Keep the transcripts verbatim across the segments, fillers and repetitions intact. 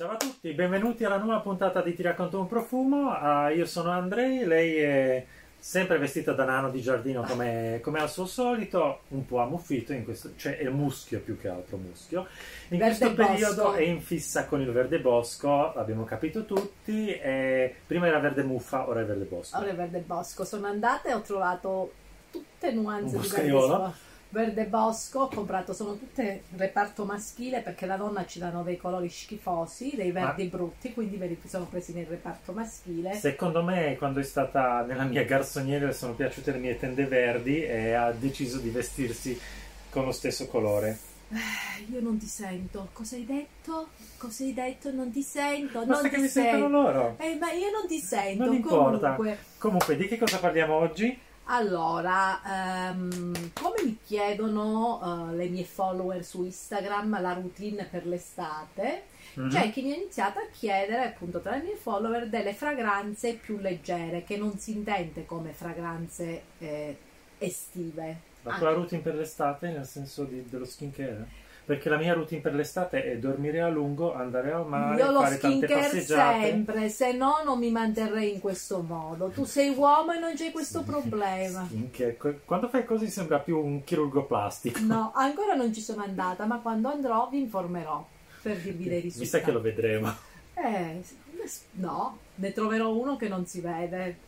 Ciao a tutti, benvenuti alla nuova puntata di Ti racconto un profumo. Uh, io sono Andrei, lei è sempre vestita da nano di giardino come, come al suo solito, un po' ammuffito, in questo, cioè è muschio più che altro muschio. In Verde questo periodo bosco. è in fissa con il verde bosco, l'abbiamo capito tutti, e prima era verde muffa, ora è verde bosco. Ora è verde bosco. Sono andata e ho trovato tutte nuanze Un di verde boscaiolo. bosco. Verde bosco, ho comprato, sono tutte reparto maschile perché la donna ci danno dei colori schifosi, dei verdi Ma- brutti, quindi me li sono presi nel reparto maschile. Secondo me, quando è stata nella mia garçonniera, le sono piaciute le mie tende verdi e ha deciso di vestirsi con lo stesso colore. Eh, Io non ti sento. Cosa hai detto? Cosa hai detto? Non ti sento. Basta non che ti mi sentono sento. loro. Eh, ma io non ti sento. Non importa. Comunque. Comunque, di che cosa parliamo oggi? Allora, ehm, come mi chiedono eh, le mie follower su Instagram la routine per l'estate, Mhm. c'è chi mi ha iniziato a chiedere, appunto, tra le mie follower delle fragranze più leggere, che non si intende come fragranze eh, estive. La Ah, tua routine per l'estate, nel senso di- dello skincare? Perché la mia routine per l'estate è dormire a lungo, andare al mare, Io lo fare tante skincare passeggiate. sempre, se no non mi manterrei in questo modo. Tu sei uomo e non c'è questo problema. Skincare. Qu- Quando fai così sembra più un chirurgo plastico. No, ancora non ci sono andata, ma quando andrò vi informerò per dirvi dei Mi risultati. sa che lo vedremo. Eh, no, ne troverò uno che non si vede.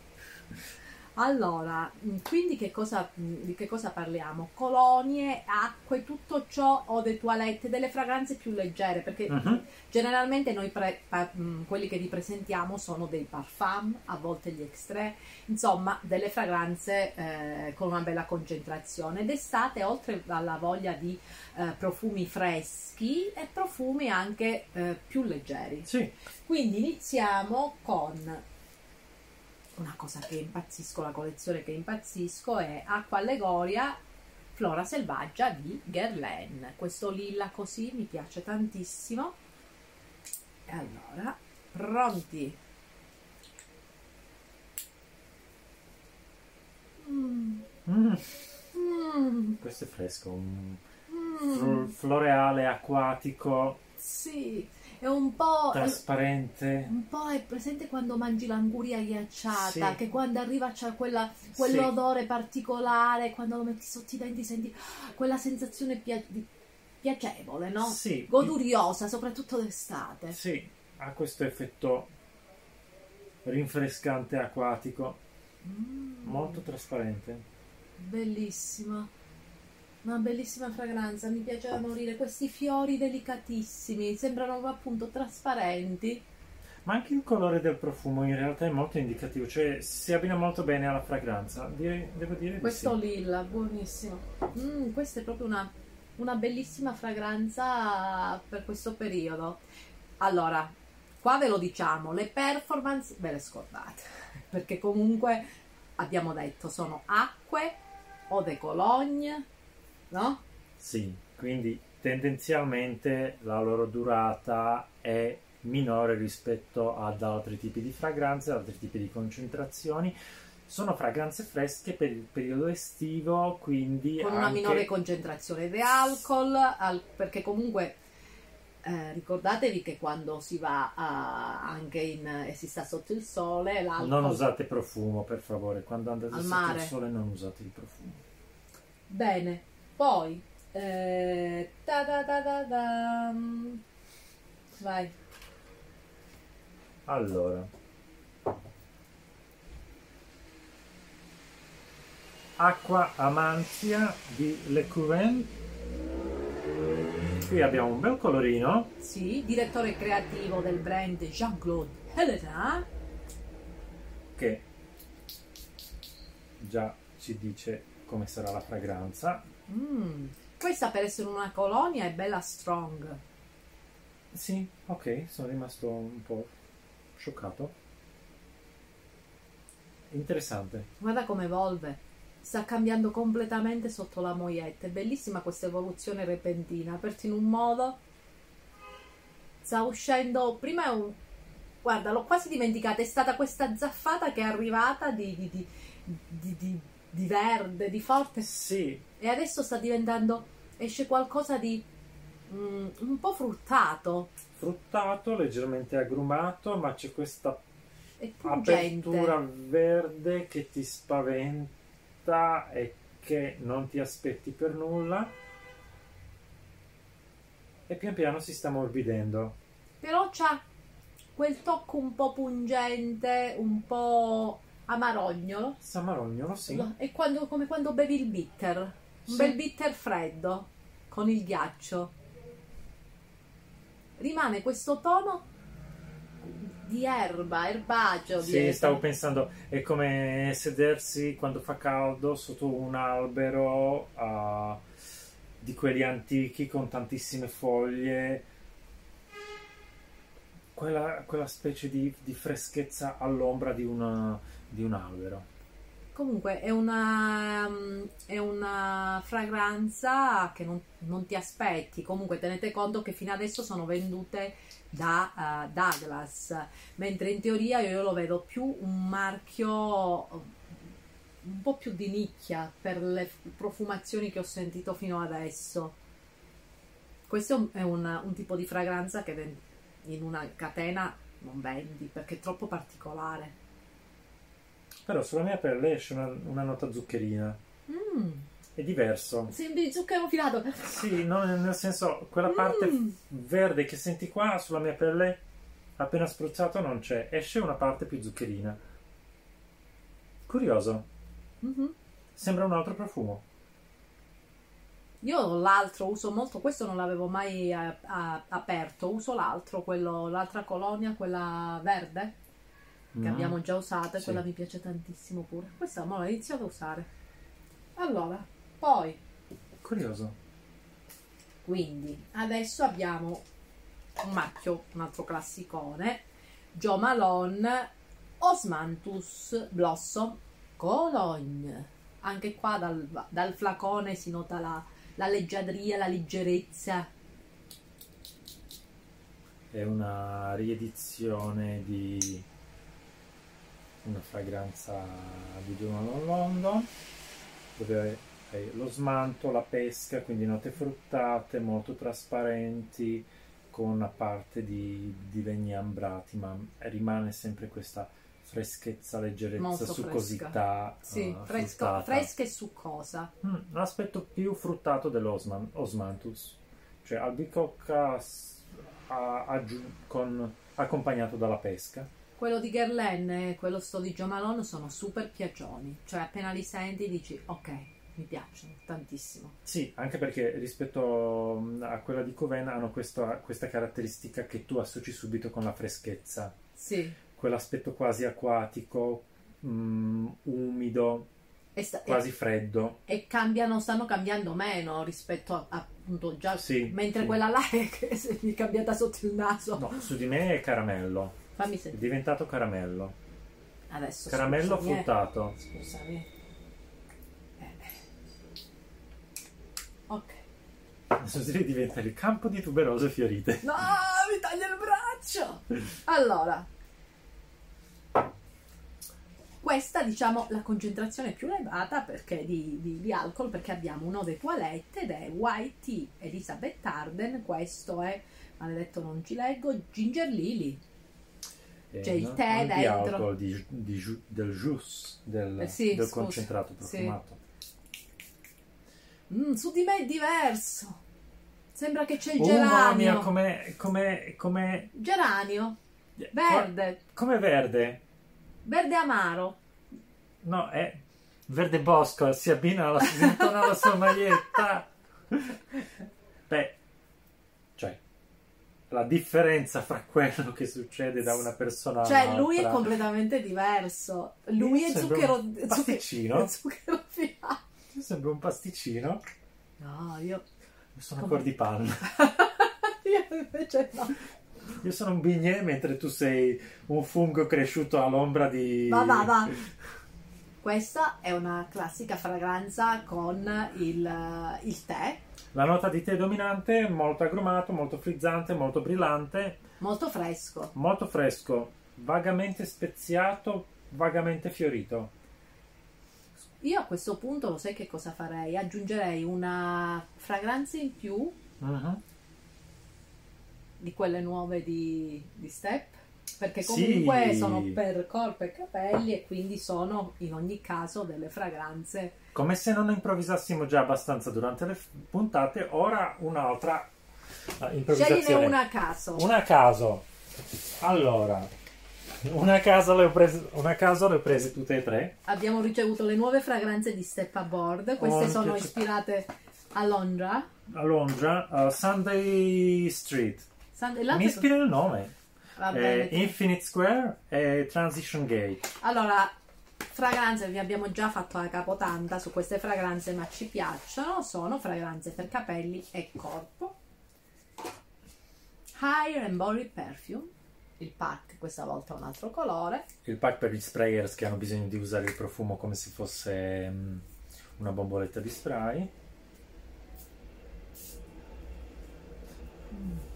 Allora, mh, quindi che cosa, mh, di che cosa parliamo? Colonie, acque, tutto ciò, o delle toilette, delle fragranze più leggere, perché Mhm. generalmente noi pre- pa- mh, quelli che vi presentiamo sono dei parfum, a volte gli extrait, insomma delle fragranze eh, con una bella concentrazione. D'estate, oltre alla voglia di eh, profumi freschi e profumi anche eh, più leggeri. Sì. Quindi iniziamo con una cosa che impazzisco, la collezione che impazzisco è Acqua Allegoria Flora Selvaggia di Guerlain. Questo lilla così mi piace tantissimo. E allora, pronti? Mm. Mm, Mm. questo è fresco. Un Mm. fl- floreale, acquatico, Sì, è un po'... trasparente. Un po' è presente quando mangi l'anguria ghiacciata, Sì. che quando arriva c'è quella, quell'odore particolare, quando lo metti sotto i denti senti quella sensazione pia- di- piacevole, no? Sì. Goduriosa, soprattutto d'estate. Sì, ha questo effetto rinfrescante, acquatico, Mm, molto trasparente. bellissima, una bellissima fragranza, mi piace da morire. Questi fiori delicatissimi, sembrano appunto trasparenti. Ma anche il colore del profumo in realtà è molto indicativo, cioè si abbina molto bene alla fragranza. Direi- devo dire di Questo sì. lilla, buonissimo. Mm, questa è proprio una, una bellissima fragranza per questo periodo. Allora, qua ve lo diciamo, le performance ve le scordate, perché comunque abbiamo detto sono acque o de cologne, no? Sì, quindi tendenzialmente la loro durata è minore rispetto ad altri tipi di fragranze, altri tipi di concentrazioni. Sono fragranze fresche per il periodo estivo, quindi Con una anche- minore concentrazione di alcol, al- perché comunque eh, ricordatevi che quando si va a- anche in, e si sta sotto il sole, l'alcol... Non usate profumo, per favore. Quando andate Al sotto mare. il sole non usate il profumo. Bene, poi eh, ta ta ta ta dam. Vai. Allora, Acqua Amanzia di Le Couvent. Qui abbiamo un bel colorino. Sì, direttore creativo del brand Jean-Claude Helena. Che già ci dice come sarà la fragranza. Mm, Questa per essere una colonia è bella strong. Sì, ok, sono rimasto un po' scioccato. Interessante. Guarda come evolve. Sta cambiando completamente sotto la moglietta. È bellissima questa evoluzione repentina. Aperta in un modo. Sta uscendo. Prima è un. Guarda, l'ho quasi dimenticata. È stata questa zaffata che è arrivata di, di, di, di, di, di verde, di forte. Sì, E adesso sta diventando. Esce qualcosa di. mm, un po' fruttato. fruttato, leggermente agrumato, ma c'è questa È pungente. apertura verde che ti spaventa e che non ti aspetti per nulla, e pian piano si sta morbidendo. Però c'ha quel tocco un po' pungente, un po' amarognolo. Samarognolo, sì. È quando- come quando bevi il bitter. Un Sì. bel bitter freddo con il ghiaccio. Rimane questo tono di erba, erbaceo. Sì, dietro. stavo pensando, è come sedersi quando fa caldo sotto un albero ah, di quelli antichi con tantissime foglie, quella, quella specie di, di freschezza all'ombra di, una, di un albero. Comunque è una, è una fragranza che non, non ti aspetti. Comunque tenete conto che fino adesso sono vendute da uh, Douglas, mentre in teoria io lo vedo più un marchio un po' più di nicchia per le profumazioni che ho sentito fino adesso. Questo è un, un tipo di fragranza che in una catena non vendi perché è troppo particolare. Però sulla mia pelle esce una, una nota zuccherina. Mm. È diverso. Sembri zucchero filato. Sì, no, nel senso, quella parte Mm. verde che senti qua sulla mia pelle, appena spruzzato non c'è. Esce una parte più zuccherina. Curioso. Mm-hmm. Sembra un altro profumo. Io l'altro uso molto, questo non l'avevo mai eh, a- aperto, uso l'altro, quello, l'altra colonia, quella verde, che Mm. abbiamo già usato, e Sì. quella mi piace tantissimo pure. Questa mo l'ho iniziato a usare. Allora, poi, Curioso. quindi, adesso abbiamo un marchio, un altro classicone, Jo Malone Osmanthus Blossom Cologne. Anche qua dal, dal flacone si nota la, la leggiadria, la leggerezza. È una riedizione di una fragranza di Joan London, dove hai lo smanto, la pesca, quindi note fruttate, molto trasparenti, con una parte di, di legni ambrati, ma rimane sempre questa freschezza, leggerezza, Molto succosità. Sì, eh, fresco, fruttata. fresca e succosa. Mm, l'aspetto più fruttato dell'Osmanthus, cioè albicocca s- a- aggiu- con- accompagnato dalla pesca. Quello di Guerlain e quello sto di Jo Malone sono super piacioni, cioè appena li senti dici ok, mi piacciono tantissimo. Sì, anche perché rispetto mm, a quella di Coven hanno questa, questa caratteristica che tu associ subito con la freschezza, Sì, quell'aspetto quasi acquatico, mm, umido, e, sta- quasi freddo. e, e cambiano, stanno cambiando meno rispetto a appunto già, Sì, mentre sì. quella là è che se mi è cambiata sotto il naso. No, su di me è caramello, Fammi è sentire diventato caramello, adesso. caramello scusami, eh. fruttato. Scusami. Eh. Ok. Adesso si diventa il campo di tuberose fiorite. No, mi taglia il braccio! Allora, questa diciamo la concentrazione più elevata perché di, di, di alcol, perché abbiamo un Eau de Toilette ed è White Tea Elizabeth Arden. Questo è, maledetto non ci leggo, Ginger Lily. Eh, C'è il non- tè non di dentro. alcol, di, di ju- del jus, del, Eh sì, del scusa. concentrato Sì. profumato. Mm, su di me è diverso. Sembra che c'è il Oh, mamma mia, geranio. come, come, come, Geranio. Verde. come verde. Verde amaro. No, è verde bosco, si abbina alla, si intona alla sua maglietta. Beh, cioè, la differenza fra quello che succede da una persona Cioè, all'altra. lui è completamente diverso. Lui è Sembra zucchero, un zucchero, pasticcino. zucchero filato. Sembra un pasticcino. No, io, Io sono Come? cuor di panna. io invece no. Io sono un bignè mentre tu sei un fungo cresciuto all'ombra di... Va, va, va. Questa è una classica fragranza con il, il tè, La nota di tè dominante, molto agrumato, molto frizzante, molto brillante, molto fresco. molto fresco, vagamente speziato, vagamente fiorito. Io a questo punto lo sai che cosa farei? Aggiungerei una fragranza in più, Mhm. di quelle nuove di, di Step, perché comunque sì. sono per corpo e capelli e quindi sono in ogni caso delle fragranze. Come se non improvvisassimo già abbastanza durante le puntate, ora un'altra uh, improvvisazione. Scegliene una a caso. Una a caso. Allora, una a caso le ho prese, una a caso le ho prese tutte e tre. Abbiamo ricevuto le nuove fragranze di Step Aboard, queste Oh, sono piace... ispirate a Londra. A Londra, uh, Sunday Street. Sunday... Mi ispira il nome. Va Eh, bene. Infinite Square e Transition Gate. Allora, fragranze, vi abbiamo già fatto la capotanta su queste fragranze, ma ci piacciono. Sono fragranze per capelli e corpo. Hair and Body Perfume. Il pack questa volta ha un altro colore. Il pack per gli sprayers che hanno bisogno di usare il profumo come se fosse um, una bomboletta di spray. Mm.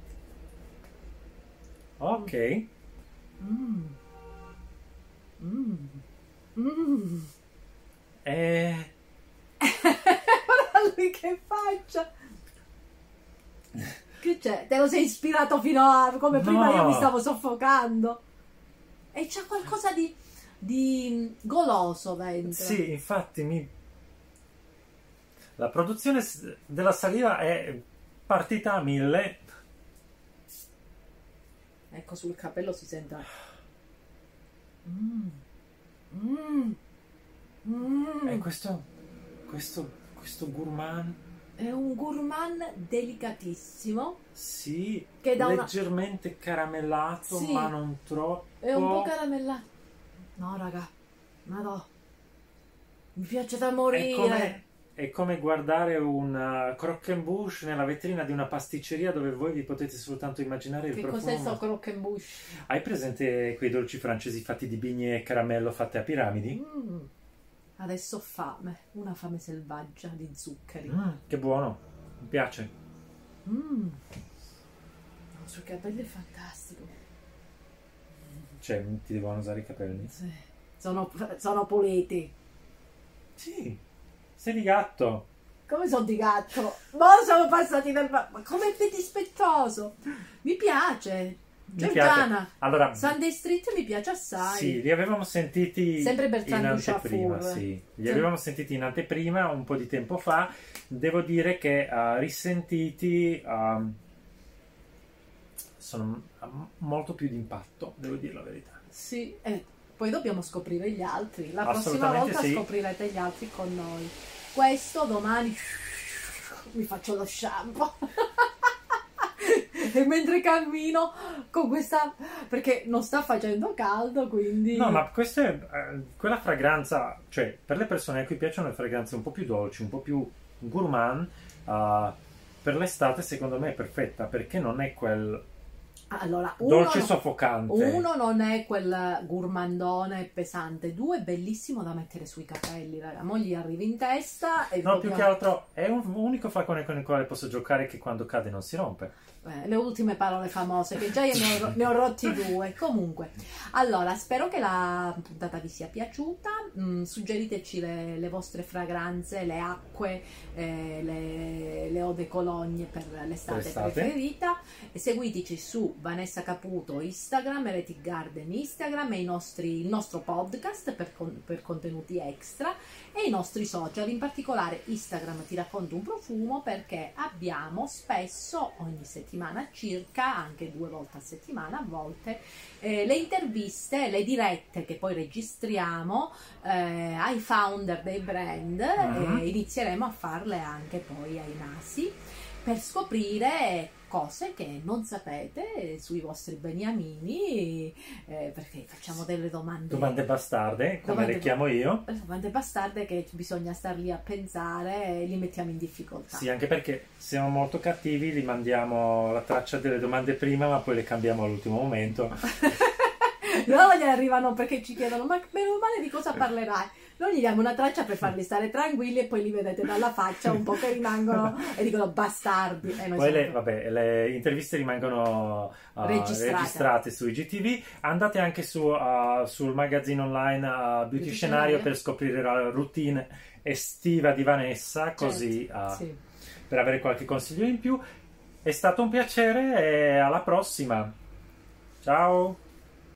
Ok. Mm. Mm. Mm. E... Guarda lui che faccia! Che c'è? Te lo sei ispirato fino a... come prima No. io mi stavo soffocando. E c'è qualcosa di, di goloso dentro. Sì, infatti mi... la produzione s- della saliva è partita a mille. Ecco, sul capello si sente... Mm. Mm. Mm. E questo, questo, questo gourmand, È un gourmand delicatissimo. sì, Che da una- leggermente caramellato, Sì. ma non troppo. È un po' caramellato. No, raga. Madò. Mi piace da È morire. come, è come guardare un uh, croquembouche nella vetrina di una pasticceria dove voi vi potete soltanto immaginare il Che profumo. cos'è sto croquembouche? Hai presente quei dolci francesi fatti di bigne e caramello fatte a piramidi? Mm. Adesso ho fame. Una fame selvaggia di zuccheri. Mm, che buono, mi piace. Mm. Sui capelli è fantastico. Cioè, ti devono usare i capelli? Sì. Sono, sono puliti. Sì, sei di gatto. Come sono di gatto? Ma sono passati dal... Ma come è dispettoso. Mi piace. Mi Giorgiana. piace. Allora, Sunday Street mi piace assai. sì, li avevamo sentiti Sempre Bertrand in Duchaufour. anteprima, sì. Li Sì. avevamo sentiti in anteprima un po' di tempo fa. Devo dire che uh, risentiti um, sono um, molto più d'impatto, devo dire la verità. Sì, e poi dobbiamo scoprire gli altri. La prossima Assolutamente volta sì. scoprirete gli altri con noi. Questo domani mi faccio lo shampoo. E mentre cammino con questa, perché non sta facendo caldo, quindi No, ma questa è eh, quella fragranza, cioè per le persone a cui piacciono le fragranze un po' più dolci, un po' più gourmand, uh, per l'estate secondo me è perfetta, perché non è quel allora uno, dolce soffocante. uno non è quel gourmandone pesante, due è bellissimo da mettere sui capelli, raga. Mo gli arrivi in testa e No, proprio- più che altro è un unico flacone con il quale posso giocare che quando cade non si rompe. Eh, le ultime parole famose, che già io ne ho, ne ho rotti due. Comunque, allora, spero che la puntata vi sia piaciuta. Mm, suggeriteci le, le vostre fragranze, le acque, eh, le, le eau de cologne per l'estate, l'estate. preferita. E seguiteci su Vanessa Caputo Instagram, Heretic Garden Instagram e i nostri, il nostro podcast per, con- per contenuti extra e i nostri social, in particolare Instagram Ti racconto un profumo, perché abbiamo spesso, ogni settimana circa, anche due volte a settimana a volte, eh, le interviste, le dirette che poi registriamo eh, ai founder dei brand Mhm. e inizieremo a farle anche poi ai nasi per scoprire cose che non sapete sui vostri beniamini, eh, perché facciamo delle domande Domande bastarde, come Domande- le chiamo io. domande bastarde che bisogna star lì a pensare e li mettiamo in difficoltà. Sì, anche perché siamo molto cattivi, li mandiamo la traccia delle domande prima, ma poi le cambiamo all'ultimo momento. Loro gli arrivano perché ci chiedono: ma bene o male di cosa parlerai? Noi gli diamo una traccia per farli stare tranquilli e poi li vedete dalla faccia un po' che rimangono e dicono bastardi. E noi Poi le, siamo- vabbè, le interviste rimangono uh, Registrate. registrate su I G T V. Andate anche su, uh, sul magazzino online uh, Beauty Beauty Scenario Scenario. per scoprire la routine estiva di Vanessa, così Certo, uh, sì. per avere qualche consiglio in più. È stato un piacere e alla prossima. Ciao.